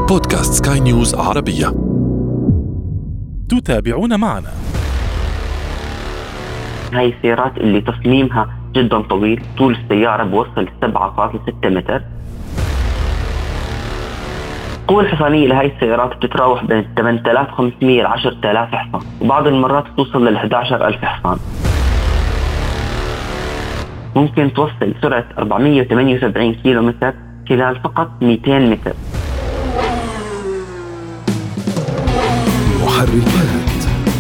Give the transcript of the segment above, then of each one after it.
بودكاست سكاي نيوز عربية. تتابعون معنا. هاي السيارات اللي تصميمها جدا طويل، طول السيارة بوصل 7.6 متر. القوة الحصانية لهاي السيارات بتتراوح بين 8500 ل 10000 حصان، وبعض المرات توصل ل 11000 حصان. ممكن توصل سرعة 478 كيلومتر خلال فقط 200 متر. محركات.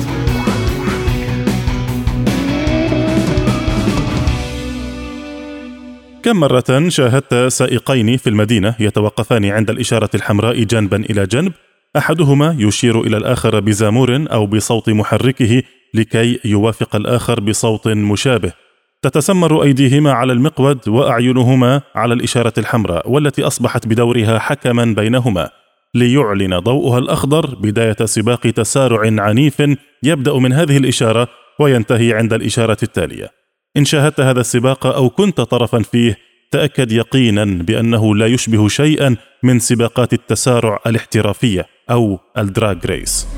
كم مرة شاهدت سائقين في المدينة يتوقفان عند الإشارة الحمراء جنبا إلى جنب، أحدهما يشير إلى الآخر بزامور أو بصوت محركه لكي يوافق الآخر بصوت مشابه. تتسمر أيديهما على المقود وأعينهما على الإشارة الحمراء، والتي أصبحت بدورها حكما بينهما، ليعلن ضوءها الأخضر بداية سباق تسارع عنيف يبدأ من هذه الإشارة وينتهي عند الإشارة التالية. إن شاهدت هذا السباق أو كنت طرفا فيه، تأكد يقينا بأنه لا يشبه شيئا من سباقات التسارع الاحترافية أو الدراغ ريس.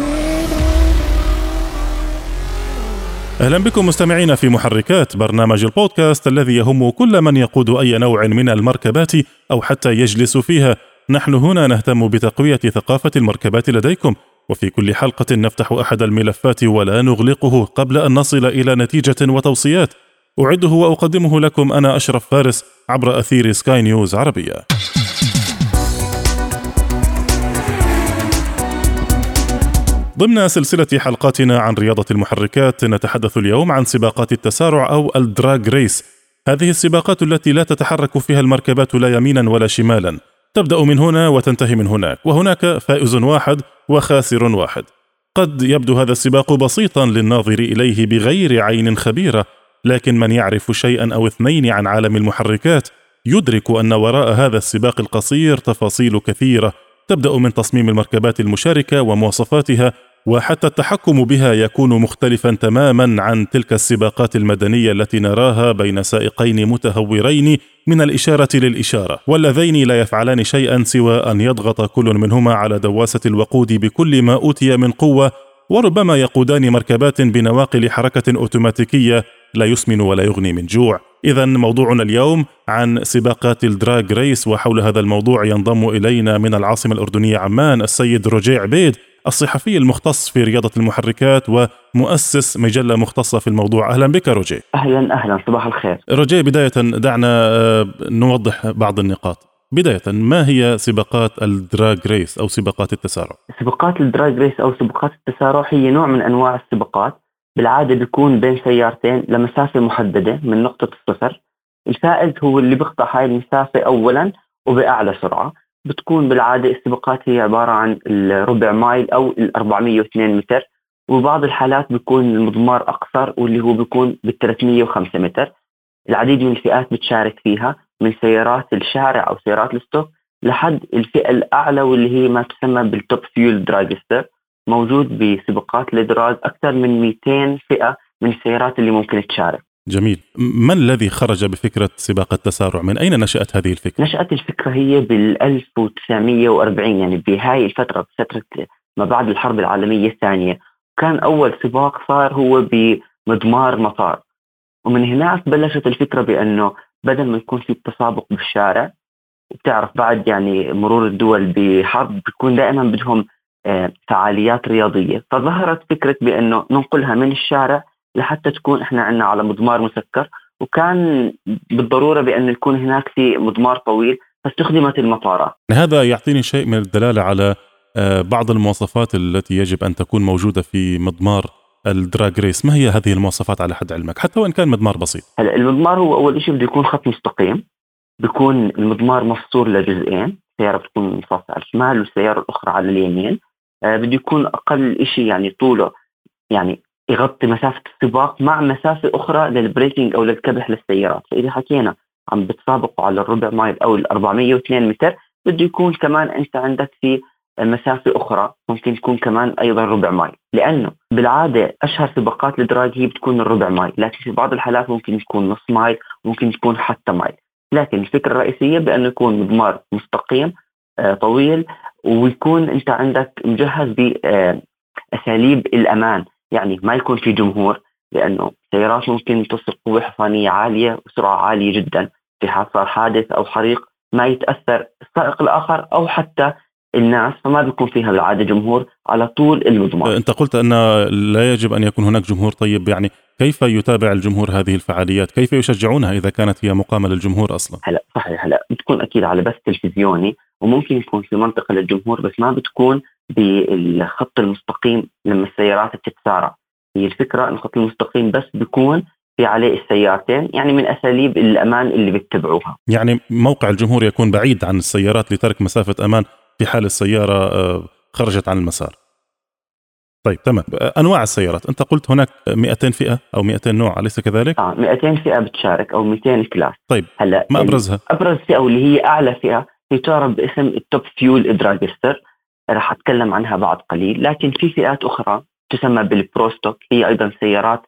أهلا بكم مستمعين في محركات، برنامج البودكاست الذي يهم كل من يقود أي نوع من المركبات أو حتى يجلس فيها. نحن هنا نهتم بتقوية ثقافة المركبات لديكم، وفي كل حلقة نفتح أحد الملفات ولا نغلقه قبل أن نصل إلى نتيجة وتوصيات. أعده وأقدمه لكم أنا أشرف فارس عبر أثير سكاي نيوز عربية. ضمن سلسلة حلقاتنا عن رياضة المحركات، نتحدث اليوم عن سباقات التسارع أو الدراغ ريس. هذه السباقات التي لا تتحرك فيها المركبات لا يمينا ولا شمالا، تبدأ من هنا وتنتهي من هناك، وهناك فائز واحد وخاسر واحد. قد يبدو هذا السباق بسيطا للناظر إليه بغير عين خبيرة، لكن من يعرف شيئا أو اثنين عن عالم المحركات يدرك أن وراء هذا السباق القصير تفاصيل كثيرة، تبدأ من تصميم المركبات المشاركة ومواصفاتها، وحتى التحكم بها يكون مختلفا تماما عن تلك السباقات المدنية التي نراها بين سائقين متهورين من الإشارة للإشارة، واللذين لا يفعلان شيئا سوى أن يضغط كل منهما على دواسة الوقود بكل ما أوتي من قوة، وربما يقودان مركبات بنواقل حركة أوتوماتيكية لا يسمن ولا يغني من جوع. إذن موضوعنا اليوم عن سباقات الدراغ ريس، وحول هذا الموضوع ينضم إلينا من العاصمة الأردنية عمان السيد روجيه عبيد، الصحفي المختص في رياضة المحركات ومؤسس مجلة مختصة في الموضوع. أهلا بك روجيه. أهلا، صباح الخير روجيه. بداية دعنا نوضح بعض النقاط. بداية، ما هي سباقات الدراغ ريس أو سباقات التسارع؟ سباقات الدراغ ريس أو سباقات التسارع هي نوع من أنواع السباقات، بالعادة بيكون بين سيارتين لمسافة محددة من نقطة الصفر. الفائز هو اللي بيقطع هاي المسافة أولا وبأعلى سرعة. بتكون بالعادة السباقات هي عبارة عن الربع مايل أو 402 متر، وبعض الحالات بيكون المضمار أقصر واللي هو بيكون 305 متر. العديد من الفئات بتشارك فيها، من سيارات الشارع أو سيارات الستوك لحد الفئة الأعلى واللي هي ما تسمى بالتوب فيول دراجستر. موجود بسباقات الدراج أكثر من 200 فئة من السيارات اللي ممكن تشارك. جميل. من الذي خرج بفكرة سباق التسارع؟ من أين نشأت هذه الفكرة؟ نشأت الفكرة هي بال1940، يعني بهاي الفترة، فترة ما بعد الحرب العالمية الثانية. كان أول سباق صار هو بمضمار مطار، ومن هناك بلشت الفكرة بأنه بدل ما يكون في تسابق بالشارع، وبتعرف بعد يعني مرور الدول بحرب بيكون دائما بدهم فعاليات رياضية، فظهرت فكرة بأنه ننقلها من الشارع لحتى تكون احنا عنا على مضمار مسكر، وكان بالضرورة بأن يكون هناك في مضمار طويل، فاستخدمت المطارات. هذا يعطيني شيء من الدلالة على بعض المواصفات التي يجب أن تكون موجودة في مضمار الدراغ ريس. ما هي هذه المواصفات على حد علمك، حتى وإن كان مضمار بسيط؟ هلا المضمار هو أول شيء بده يكون خط مستقيم، بيكون المضمار مفصول لجزئين، سيارة بتكون منفصلة على الشمال والسيارة الأخرى على اليمين. بده يكون أقل شيء يعني طوله يعني يغطي مسافة السباق مع مسافة أخرى للبريكنج أو للكبح للسيارات. فإذا حكينا عم بتسابقوا على الربع مايل أو 402 متر، بده يكون كمان أنت عندك في مسافة أخرى ممكن تكون كمان أيضا ربع مايل، لأنه بالعادة أشهر سباقات الدراج هي بتكون الربع مايل، لكن في بعض الحالات ممكن تكون نص مايل، ممكن تكون حتى مايل. لكن الفكرة الرئيسية بأنه يكون مضمار مستقيم طويل ويكون أنت عندك مجهز بأساليب الأمان، يعني ما يكون في جمهور، لأنه سيارات ممكن تصل قوة حصانية عالية وسرعة عالية جدا، في حال صار حادث أو حريق ما يتأثر السائق الآخر أو حتى الناس، فما بيكون فيها بالعادة جمهور على طول المضمار. أنت قلت أن لا يجب أن يكون هناك جمهور. طيب يعني كيف يتابع الجمهور هذه الفعاليات؟ كيف يشجعونها إذا كانت هي مقامة للجمهور أصلا؟ هلا صحيح، هلا بتكون أكيد على بث تلفزيوني، وممكن يكون في منطقة للجمهور، بس ما بتكون بالخط المستقيم لما السيارات بتتسارع. هي الفكرة أن الخط المستقيم بس بيكون في عليه السيارتين، يعني من أساليب الأمان اللي بتتبعوها. يعني موقع الجمهور يكون بعيد عن السيارات لترك مسافة أمان في حال السيارة خرجت عن المسار. طيب تمام. أنواع السيارات أنت قلت هناك 200 فئة أو 200 نوع، أليس كذلك؟ 200 فئة بتشارك أو 200 كلاس. طيب هلا ما أبرزها؟ أبرز فئة واللي هي أعلى فئة هي تعرف باسم التوب فيول دراجستر، راح أتكلم عنها بعد قليل. لكن في فئات أخرى تسمى بالبروستوك، هي أيضا سيارات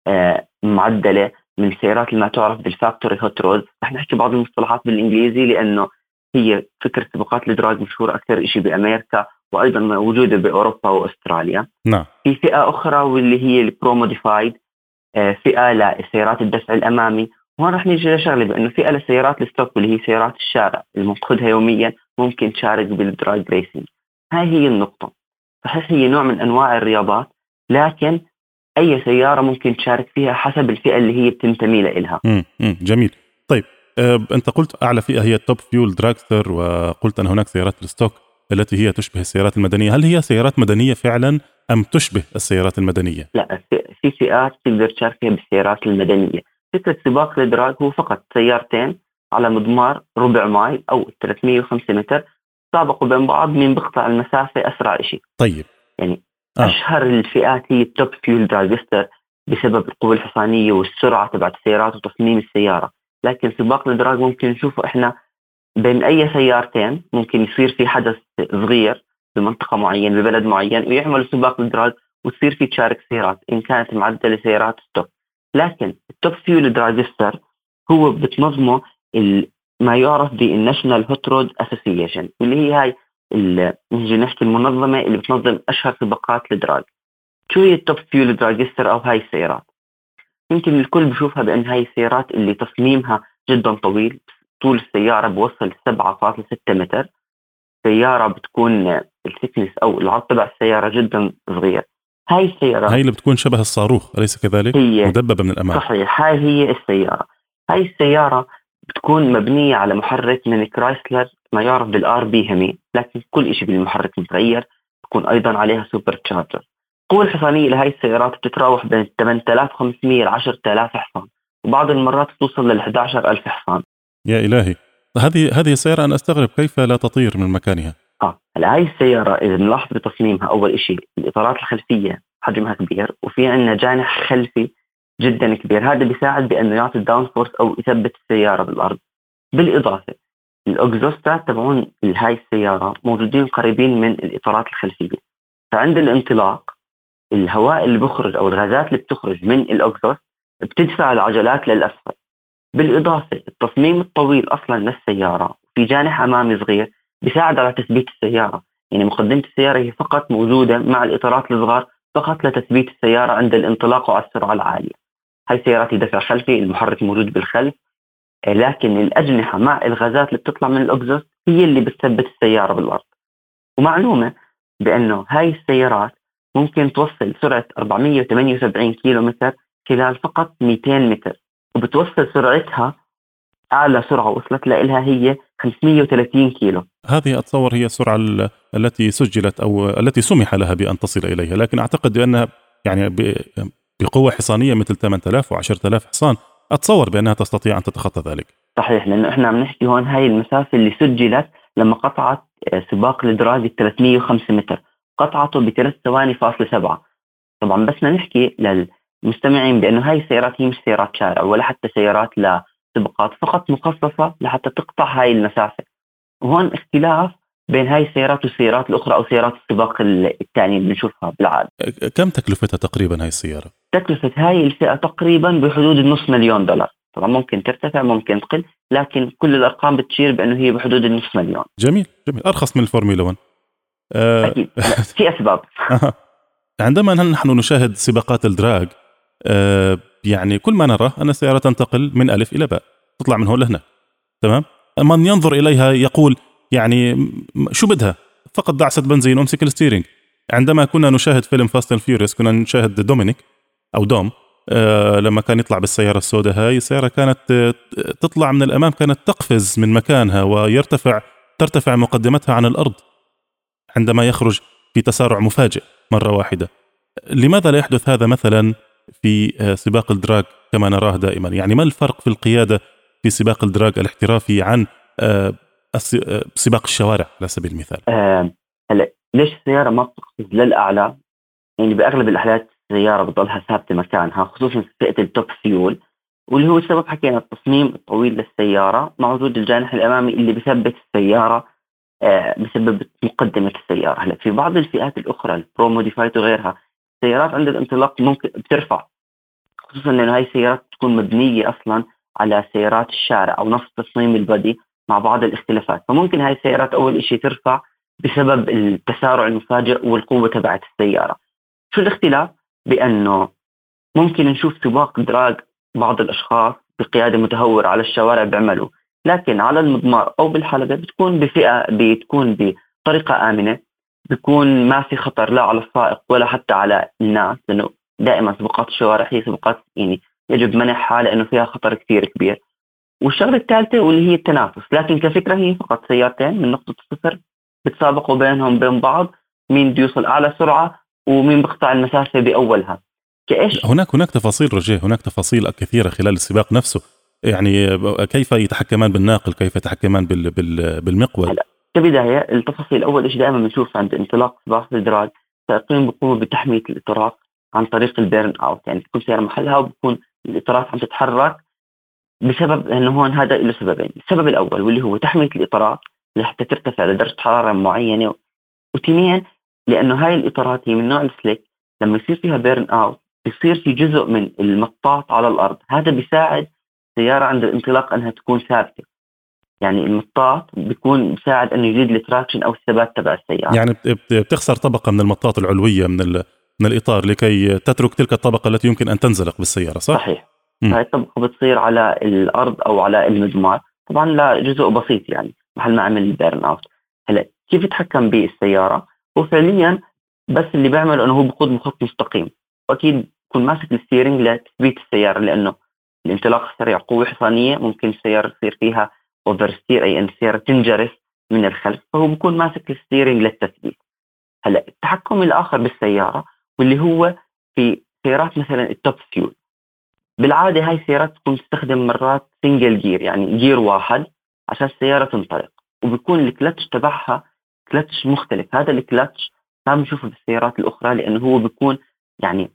معدلة من السيارات اللي ما تعرف بالفاكتوري هوت رود. رح نحكي بعض المصطلحات بالإنجليزي لأنه هي فكرة سباقات الدراج مشهورة أكثر شيء بأمريكا، وأيضا موجودة بأوروبا وأستراليا. نعم. في فئة أخرى واللي هي البرو موديفايد، فئة لسيارات الدفع الأمامي. وهون رح نيجي لشغلة بأنه فئة لسيارات الستوك واللي هي سيارات الشارع اللي بناخذها يوميا، ممكن تشارك بالدراج ريسينج. هاي هي النقطة. صحيح هي نوع من أنواع الرياضات، لكن أي سيارة ممكن تشارك فيها حسب الفئة اللي هي بتنتمي لها. جميل. طيب أنت قلت أعلى فئة هي التوب فيول دراكستر، وقلت أن هناك سيارات الستوك التي هي تشبه السيارات المدنية. هل هي سيارات مدنية فعلا أم تشبه السيارات المدنية؟ لا، في فئات تقدر تشارك فيها بالسيارات المدنية. فكرة سباق الدراج هو فقط سيارتين على مضمار ربع مايل أو 305 متر سابقوا بين بعض من بقطع المسافة أسرع شيء. طيب يعني أشهر الفئات هي التوب فيول دراجستر بسبب القوة الحصانية والسرعة تبعت السيارات وتصميم السيارة. لكن سباق الدراج ممكن نشوفه إحنا بين أي سيارتين، ممكن يصير في حدث صغير بمنطقة معينة ببلد معين ويعمل سباق الدراج وتصير في تشارك سيارات إن كانت معدلة سيارات ستوب. لكن التوب فيول دراجستر هو بتنظمه ما يعرف بالناشونال هوت رود اسوسيشن، اللي هي هاي نجي نحكي المنظمة اللي بتنظم أشهر سباقات الدراج. شو هي التوب فيول دراجستر أو هاي السيارات؟ يمكن الكل بشوفها بأن هاي السيارات اللي تصميمها جدا طويل، طول السيارة بوصل 7.6 متر. سيارة بتكون الثيكنس أو العرض تبع السيارة جدا صغير. هاي السيارة هاي اللي بتكون شبه الصاروخ أليس كذلك؟ هي مدببة من الأمام. صحيح، هاي هي السيارة. هاي السيارة بتكون مبنية على محرك من كرايسلر ما يعرف بالآر بي همي، لكن كل شيء بالمحرك متغير. بتكون أيضا عليها سوبر تشارجر. القوة الحصانية لهاي السيارات بتتراوح بين 8500 ل 10000 حصان، وبعض المرات توصل ل 11000 حصان. يا إلهي، هذه السيارة أنا أستغرب كيف لا تطير من مكانها. هاي السيارة إذا نلاحظ بتصميمها، أول شيء الإطارات الخلفية حجمها كبير، وفي عندنا جانح خلفي جدا كبير. هذا بيساعد بأنه يعطي الداون فورس أو يثبت السيارة بالأرض. بالإضافة الأكزوستات تبعون هاي السيارة موجودين قريبين من الإطارات الخلفية، فعند الانطلاق الهواء اللي بخرج أو الغازات اللي بتخرج من الأكزوست بتدفع العجلات للأسفل. بالإضافة التصميم الطويل أصلا للسيارة في جانح أمامي صغير بيساعد على تثبيت السيارة. يعني مقدمة السيارة هي فقط موجودة مع الإطارات الصغار فقط لتثبيت السيارة عند الانطلاق وعلى السرعة العالية. هاي سيارات دفع خلفي، المحرك موجود بالخلف، لكن الأجنحة مع الغازات اللي بتطلع من الأكزوست هي اللي بتثبت السيارة بالأرض. ومعلومة بأنه هاي السيارات ممكن توصل سرعة 478 كيلومتر خلال فقط 200 متر، وبتوصل سرعتها أعلى سرعة وصلت لها هي 530 كيلو. هذه أتصور هي السرعة التي سجلت أو التي سمح لها بأن تصل إليها، لكن أعتقد بأنها يعني بقوة حصانية مثل 8000 و10000 حصان أتصور بأنها تستطيع أن تتخطى ذلك. صحيح، لأنه إحنا عم نحكي هون هاي المسافة اللي سجلت لما قطعت سباق الدراج 305 متر، قطعته ب3 ثواني فاصلة 7. طبعا بس نحكي للمستمعين بأنه هاي السيارات هي مش سيارات شارع ولا حتى سيارات لسباقات، فقط مخصصة لحتى تقطع هاي المسافة. وهون اختلاف بين هاي السيارات والسيارات الأخرى أو سيارات السباق الثانية اللي بنشوفها بالعادة. كم تكلفتها تقريبا هاي السيارة؟ تكلفة هاي الفئة تقريبا بحدود $500,000. طبعا ممكن ترتفع ممكن تقل، لكن كل الأرقام بتشير بأنه هي بحدود $500,000. جميل جميل، أرخص من الفورمولا 1. أكيد في أسباب. عندما نحن نشاهد سباقات الدراج يعني كل ما نرى أن السيارة تنتقل من ألف إلى باء، تطلع من هون لهنا، تمام. من ينظر إليها يقول يعني شو بدها، فقط دعسة بنزين وامسك الستيرينج. عندما كنا نشاهد فيلم فاست اند فيوريوس كنا نشاهد دومينيك أو دوم، لما كان يطلع بالسيارة السوداء، هاي السيارة كانت تطلع من الأمام، كانت تقفز من مكانها ترتفع مقدمتها عن الأرض عندما يخرج في تسارع مفاجئ مرة واحدة. لماذا لا يحدث هذا مثلا في سباق الدراج كما نراه دائما؟ يعني ما الفرق في القيادة في سباق الدراج الاحترافي عن سباق الشوارع على سبيل المثال؟ هلا ليش السيارة ما بتقفز للأعلى؟ يعني بأغلب الحالات السيارة بتضلها ثابتة مكانها، خصوصا في فئة التوب فيول، واللي هو السبب حكينا التصميم الطويل للسيارة مع وجود الجانح الأمامي اللي بثبت السيارة بسبب مقدمة السيارة. هلا في بعض الفئات الأخرى البرو موديفايد وغيرها، السيارات عند الانطلاق ممكن بترفع، خصوصا لأنه هاي السيارات تكون مبنية أصلا على سيارات الشارع أو نفس تصميم البادي مع بعض الاختلافات، فممكن هاي السيارات أول إشي ترفع بسبب التسارع المفاجئ والقوة تبعت السيارة. شو الاختلاف؟ بأنه ممكن نشوف سباق دراج بعض الأشخاص بقيادة متهورة على الشوارع بيعملوا، لكن على المضمار أو بالحلبة بتكون بتكون بطريقة آمنة، بيكون ما في خطر لا على السائق ولا حتى على الناس، لأنه دائما سباقات الشوارع هي سباقات يعني يجب منعها لأنه فيها خطر كثير كبير. والشغلة الثالثة واللي هي التنافس، لكن كفكرة هي فقط سيارتين من نقطة الصفر بتسابقوا بينهم بين بعض مين بده يوصل أعلى سرعة ومين بقطع المسافة بأولها. هناك تفاصيل رجاء، هناك تفاصيل كثيرة خلال السباق نفسه، يعني كيف يتحكمان بالناقل، كيف يتحكمان بالمقود. كبداية التفاصيل أول شيء دائما بنشوف عند انطلاق سباق الدراج السائقين بيقوموا بتحمية الإطارات عن طريق البيرن أوت، يعني تكون سيارة محلها وبكون الإطارات عم تتحرك بسبب أنه هون هذا له سببين. السبب الأول واللي هو تحمية الإطارات لحتى ترتفع لدرجة حرارة معينة، وثانيا لأنه هاي الإطارات هي من نوع السليك، لما يصير فيها بيرن أوت بيصير في جزء من المطاط على الأرض، هذا بيساعد السيارة عند الانطلاق أنها تكون ثابتة. يعني المطاط بيكون بيساعد أنه يزيد التراكشن أو الثبات تبع السيارة. يعني بتخسر طبقة من المطاط العلوية من الإطار لكي تترك تلك الطبقة التي يمكن أن تنزلق بالسيارة، صح؟ صحيح. هاي الطبقة بتصير على الأرض أو على المجمار، طبعا لا جزء بسيط يعني محل ما عمل البيرن أوت. هلا كيف يتحكم بالسيارة؟ هو فعليا بس اللي بيعمل أنه هو بقود بخط مستقيم، وأكيد يكون ماسك الستيرنج لتثبيت السيارة، لأنه الانطلاق السريع قوة حصانية ممكن السيارة تصير فيها اوفرستير، أي أن السيارة تنجرف من الخلف، فهو بيكون ماسك الستيرنج للتثبيت. هلا التحكم الآخر بالسيارة واللي هو في سيارات مثلا التوب فيول، بالعادة هاي السيارات تكون تستخدم مرات سنجل جير، يعني جير واحد عشان السيارة تنطلق، وبيكون الكلتش تبعها كلتش مختلف. هذا الكلتش ما بنشوفه بالسيارات الأخرى، لأنه هو بيكون يعني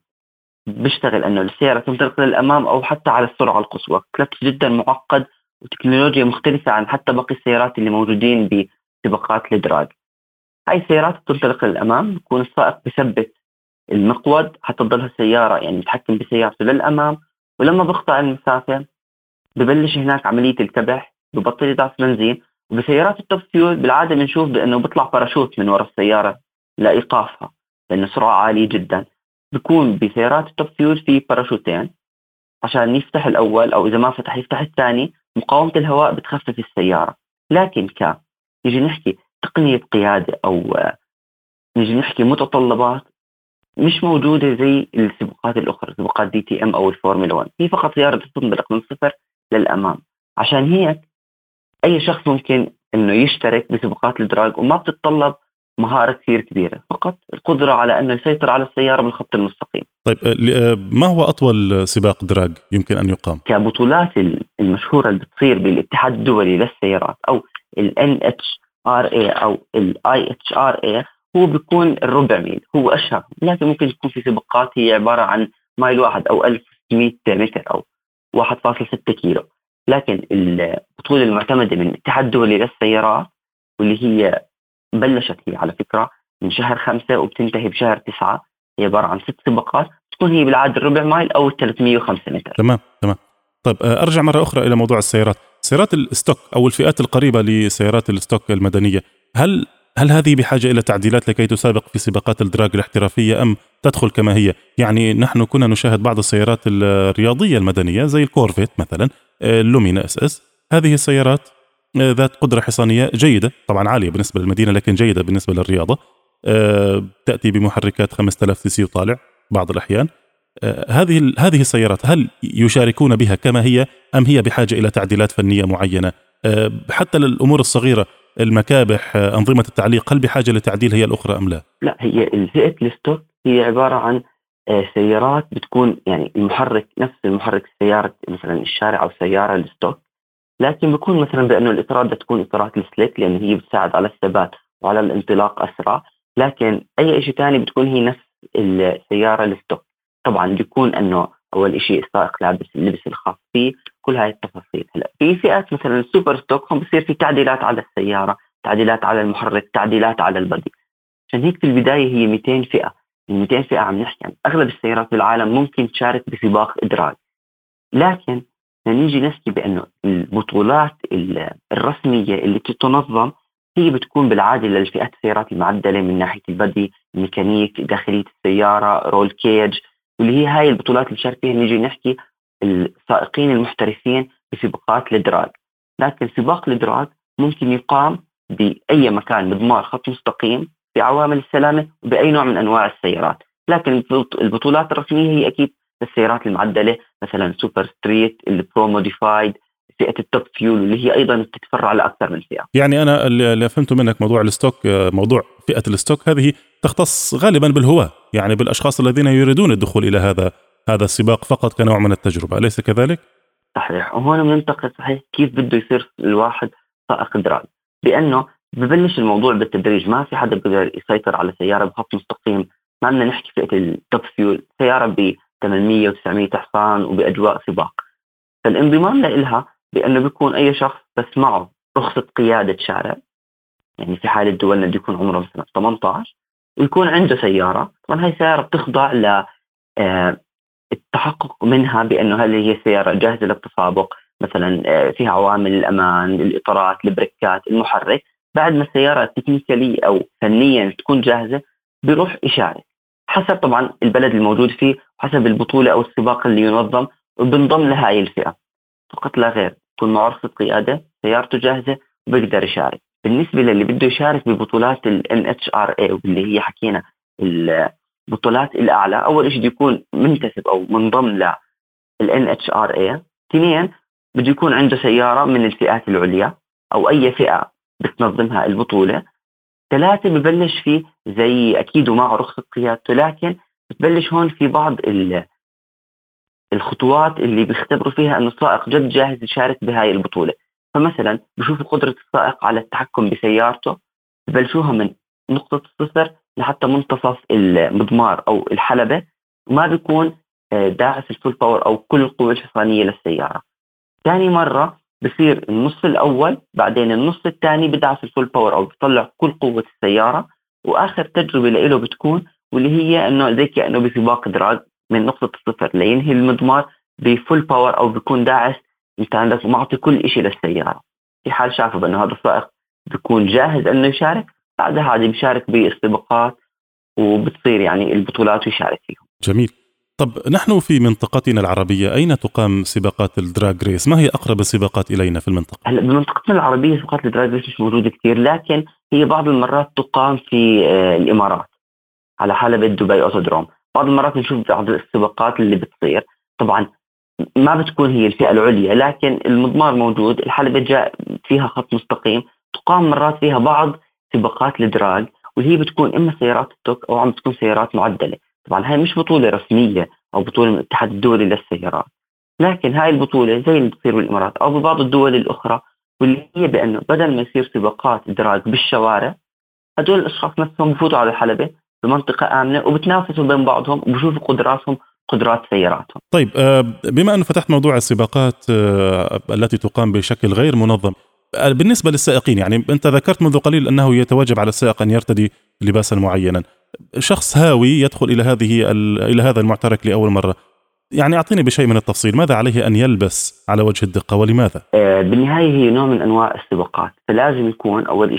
بيشتغل أنه السيارة تنطلق للأمام أو حتى على السرعة القصوى. كلتش جدا معقد وتكنولوجيا مختلفة عن حتى باقي السيارات اللي موجودين بسباقات الدراج. هاي السيارات تنطلق للأمام، بيكون السائق بثبت المقود حتى تضلها السيارة يعني متحكم بسيارته للأمام، ولما بقطع المسافة ببلش هناك عملية الكبح، ببطل يضعف بنزين. وبسيارات التوب فيول بالعادة بنشوف بأنه بيطلع باراشوت من وراء السيارة لإيقافها لأنه سرعة عالية جدا. بيكون بسيارات التوب فيول في باراشوتين عشان يفتح الأول، أو إذا ما فتح يفتح الثاني، مقاومة الهواء بتخفف السيارة. لكن نيجي نحكي تقنية قيادة أو نيجي نحكي متطلبات مش موجودة زي السباقات الأخرى، سباقات دي تي ام أو الفورمولا 1، هي فقط سيارة تنطلق من صفر للأمام. عشان هيك أي شخص ممكن إنه يشترك بسباقات الدراج وما بتتطلب مهارة كثير كبيرة، فقط القدرة على أنه يسيطر على السيارة بالخط المستقيم. طيب ما هو أطول سباق دراج يمكن أن يقام؟ كبطولات المشهورة اللي بتصير بالاتحاد الدولي للسيارات أو ال NHRA أو ال IHRA، هو بيكون الربع ميل، هو أشهر، لكن ممكن تكون في سباقات هي عبارة عن مايل واحد أو 1600 متر أو 1.6 كيلو. لكن البطولة المعتمدة من الاتحاد الدولي للسيارات واللي هي بلشت هي على فكرة من شهر 5 وبتنتهي بشهر 9، هي عبارة عن 6 سباقات، تكون هي بالعادة الربع مايل أو 305 متر. تمام. طيب أرجع مرة أخرى إلى موضوع السيارات. سيارات الستوك أو الفئات القريبة لسيارات الستوك المدنية، هل هل هذه بحاجة إلى تعديلات لكي تسابق في سباقات الدراج الاحترافية أم تدخل كما هي؟ يعني نحن كنا نشاهد بعض السيارات الرياضية المدنية زي الكورفيت مثلا، اللومينا اس اس. هذه السيارات ذات قدرة حصانية جيدة، طبعا عالية بالنسبة للمدينة لكن جيدة بالنسبة للرياضة. تأتي بمحركات 5000 سي سي وطالع بعض الأحيان. هذه السيارات هل يشاركون بها كما هي أم هي بحاجة إلى تعديلات فنية معينة؟ حتى للأمور الصغيرة، المكابح، أنظمة التعليق، هل بحاجة لتعديل هي الأخرى أم لا؟ لا، هي الفئة الستوك هي عبارة عن سيارات بتكون يعني المحرك نفس المحرك سيارة مثلا الشارع أو سيارة الستوك، لكن بيكون مثلا بأنه الإطارات بتكون إطارات السليك لأن هي بتساعد على الثبات وعلى الانطلاق أسرع. لكن أي شيء تاني بتكون هي نفس السيارة الستوك. طبعا بيكون أنه أول شيء السائق لابس اللبس الخاص فيه، كل هاي التفاصيل. هلا في فئات مثلا السوبر ستوك هم بصير في تعديلات على السيارة، تعديلات على المحرك، تعديلات على البدي. عشان هيك في البداية هي 200 فئة. ال 200 فئة عم نحكي عن أغلب السيارات بالعالم ممكن تشارك بسباق إدراج، لكن نيجي نحكي بأنه البطولات الرسمية اللي تتنظم هي بتكون بالعادة للفئات السيارات المعدلة من ناحية البدي، الميكانيك، داخلية السيارة، رول كيج، واللي هي هاي البطولات اللي شارك فيها نيجي نحكي السائقين المحترفين بسباقات الإدراج. لكن سباق الإدراج ممكن يقام بأي مكان مضمار خط مستقيم بعوامل السلامة وبأي نوع من أنواع السيارات. لكن البطولات الرسمية هي أكيد السيارات المعدلة، مثلا سوبر ستريت، البرو موديفايد، فئة التوب فيول، اللي هي أيضا تتفرع لأكثر من فئة. يعني أنا اللي فهمته منك موضوع الستوك، موضوع فئة الستوك هذه تختص غالبا بالهواة، يعني بالأشخاص الذين يريدون الدخول إلى هذا السباق فقط كنوع من التجربة، أليس كذلك؟ صحيح. وهون بننتقد صحيح كيف بده يصير الواحد سائق إدراج، بأنه ببلش الموضوع بالتدريج. ما في حدا بيقدر يسيطر على سيارة بخط مستقيم. ما بدنا نحكي فئة التوب فيول، سيارة ب 800 و900 حصان وبأجواء سباق. فالانضمام لإلها بأنه بيكون أي شخص بس معه رخصة قيادة شارع، يعني في حالة دولنا بده يكون عمره مثلا 18 ويكون عنده سيارة. طبعا هاي سيارة بتخضع ل التحقق منها بأنه هل هي سيارة جاهزة للتسابق، مثلا فيها عوامل الأمان، الإطارات، البريكات، المحرك. بعد ما السيارة تكنيكالي أو فنيا تكون جاهزة بيروح يشارك حسب طبعا البلد الموجود فيه وحسب البطولة أو السباق اللي ينظم، وبنضم لهاي الفئة فقط لا غير. تكون معه رخصة قيادة، سيارته جاهزة وبيقدر يشارك. بالنسبة للي بده يشارك ببطولات ال NHRA واللي هي حكينا البطولات الأعلى، أول شيء بده يكون منتسب أو منضم لل NHRA. اثنين، بده يكون عنده سيارة من الفئات العليا أو أي فئة بتنظمها البطولة. ثلاثة، ببلش فيه زي أكيد ومعه رخصة قيادته، لكن بتبلش هون في بعض الخطوات اللي بيختبروا فيها أنه السائق جد جاهز يشارك بهاي البطولة. فمثلا بشوفوا قدرة السائق على التحكم بسيارته، ببلشوها من نقطة الصفر لحتى منتصف المضمار أو الحلبة، وما بيكون داعس الفول باور أو كل القوة الحصانية للسيارة. ثاني مرة بصير النص الأول، بعدين النص الثاني بدعس الفول باور أو بيطلع كل قوة السيارة. وآخر تجربة له بتكون واللي هي أنه زي كأنه بسباق دراج من نقطة الصفر لينهي المضمار بفول باور أو بيكون داعس انت عندك معطي كل إشي للسيارة. في حال شافوا بأنه هذا السائق بيكون جاهز أنه يشارك، بعدها عادي بيشارك بالسباقات وبتصير يعني البطولات ويشارك فيهم. جميل. طب نحن في منطقتنا العربية أين تقام سباقات الدراج ريس؟ ما هي أقرب السباقات إلينا في المنطقة؟ هلا بمنطقتنا العربية سباقات الدراج ريس مش موجودة كثير، لكن هي بعض المرات تقام في الإمارات على حلبة دبي أوتودروم. بعض المرات نشوف بعض السباقات اللي بتصير، طبعا ما بتكون هي الفئة العليا، لكن المضمار موجود، الحلبة جاء فيها خط مستقيم. تقام مرات فيها بعض سباقات الدراج واللي هي بتكون إما سيارات ستوك أو عم تكون سيارات معدلة. طبعا هاي مش بطولة رسمية أو بطولة من الاتحاد الدولي للسيارات، لكن هاي البطولة زي اللي بتصير بالإمارات أو ببعض الدول الأخرى، واللي هي بأنه بدل ما يصير سباقات دراج بالشوارع، هدول الأشخاص نفسهم بفوتوا على الحلبة بمنطقة آمنة وبتنافسوا بين بعضهم وبشوفوا قدراتهم قدرات سياراتهم. طيب، بما أنه فتحت موضوع السباقات التي تقام بشكل غير منظم بالنسبة للسائقين، يعني أنت ذكرت منذ قليل أنه يتوجب على السائق أن يرتدي لباسا معينا. شخص هاوي يدخل إلى هذا المعترك لأول مرة، يعني أعطيني بشيء من التفصيل، ماذا عليه أن يلبس على وجه الدقة ولماذا؟ بالنهاية هي نوع من أنواع السباقات، فلازم يكون أول إشي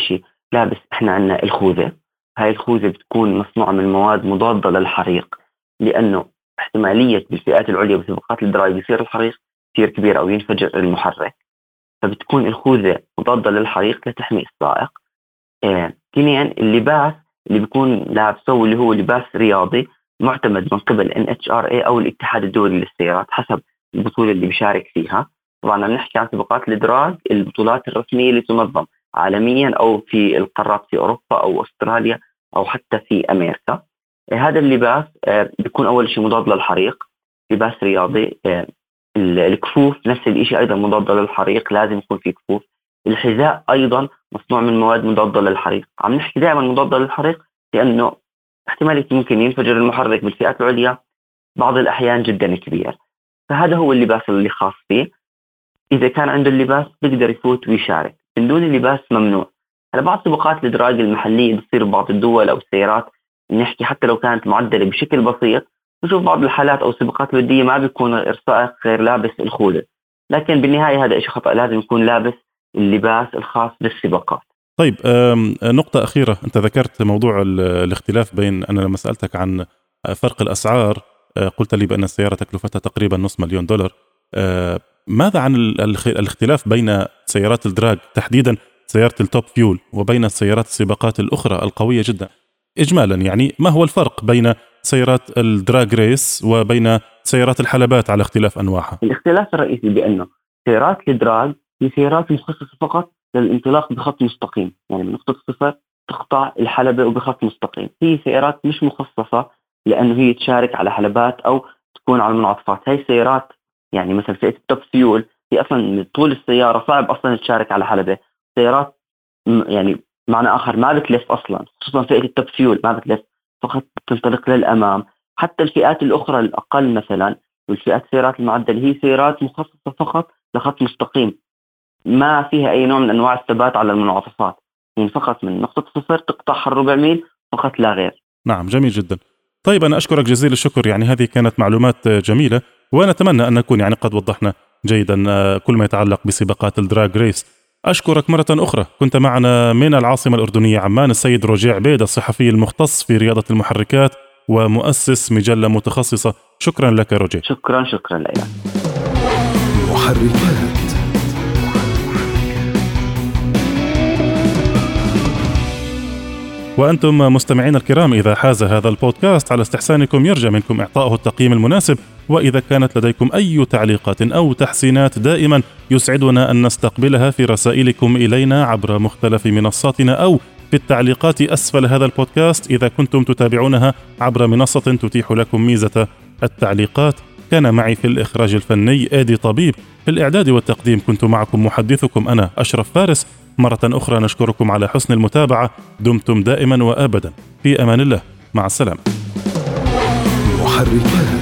لابس إحنا عندنا الخوذة. هاي الخوذة بتكون مصنوعة من مواد مضادة للحريق، لأنه احتمالية بالفئات العليا بسباقات الدراج يصير الحريق كثير كبير أو ينفجر المحرك، فبتكون الخوذة مضادة للحريق لتحمي السائق. ثانيا اللباس اللي بيكون لابسه واللي هو لباس رياضي معتمد من قبل NHRA أو الاتحاد الدولي للسيارات حسب البطولة اللي بيشارك فيها. طبعا عم نحكي عن سباقات الدراج، البطولات الرسمية اللي تنظم عالميا أو في القارات في أوروبا أو أستراليا أو حتى في أمريكا. هذا اللباس بيكون أول شيء مضاد للحريق، لباس رياضي. الكفوف نفس الشيء أيضا مضاد للحريق، لازم يكون في كفوف. الحذاء أيضا مصنوع من مواد مضادة للحريق. عم نحكي دائما مضادة للحريق لأنه احتمالية ممكن ينفجر المحرك بالفئات العليا بعض الأحيان جدا كبير. فهذا هو اللباس اللي خاص فيه. إذا كان عنده اللباس بيقدر يفوت ويشارك، من دون اللباس ممنوع. على بعض سباقات الدراج المحلية بتصير ببعض الدول أو السيارات، نحكي حتى لو كانت معدلة بشكل بسيط، نشوف بعض الحالات أو سباقات الودية ما بيكون السائق غير لابس الخوذة، لكن بالنهاية هذا إشي خطأ، لازم يكون لابس اللباس الخاص بالسباقات. طيب، نقطة أخيرة، أنت ذكرت موضوع الاختلاف بين، أنا لما سألتك عن فرق الأسعار قلت لي بأن السيارة تكلفتها تقريبا $500,000. ماذا عن الاختلاف بين سيارات الدراج تحديدا سيارة التوب فيول وبين السيارات السباقات الأخرى القوية جدا إجمالا؟ يعني ما هو الفرق بين سيارات الدراج ريس وبين سيارات الحلبات على اختلاف أنواعها؟ الاختلاف الرئيسي بأنه سيارات الدراج هي سيارات مخصصة فقط للانطلاق بخط مستقيم، يعني من نقطة صفر تقطع الحلبة وبخط مستقيم. هي سيارات مش مخصصة لأنه هي تشارك على حلبات أو تكون على المنعطفات. هاي سيارات يعني مثلا فئة التوب فيول هي أصلا طول السيارة صعب أصلا تشارك على حلبة. سيارات يعني معنى آخر ما بتلف أصلا، خصوصا فئة التوب فيول ما بتلف، فقط تنطلق للأمام. حتى الفئات الأخرى الأقل مثلا والفئات سيارات المعدل هي سيارات مخصصة فقط لخط مستقيم، ما فيها أي نوع من أنواع الثبات على المنعطفات، يعني فقط من نقطة صفر تقطعها 400 ميل فقط لا غير. نعم، جميل جدا. طيب أنا أشكرك جزيل الشكر، يعني هذه كانت معلومات جميلة، ونتمنى أن نكون يعني قد وضحنا جيدا كل ما يتعلق بسباقات الدراج ريس. أشكرك مرة أخرى. كنت معنا من العاصمة الأردنية عمان السيد روجيه عبيد، الصحفي المختص في رياضة المحركات ومؤسس مجلة متخصصة. شكرا لك روجيه. شكرا لك. محركات. وأنتم مستمعين الكرام، إذا حاز هذا البودكاست على استحسانكم يرجى منكم إعطائه التقييم المناسب، وإذا كانت لديكم أي تعليقات أو تحسينات دائما يسعدنا أن نستقبلها في رسائلكم إلينا عبر مختلف منصاتنا أو في التعليقات أسفل هذا البودكاست إذا كنتم تتابعونها عبر منصة تتيح لكم ميزة التعليقات. كان معي في الإخراج الفني آدي طبيب، في الإعداد والتقديم كنت معكم محدثكم أنا أشرف فارس. مرة أخرى نشكركم على حسن المتابعة. دمتم دائما وأبدا في أمان الله. مع السلامة. محركات.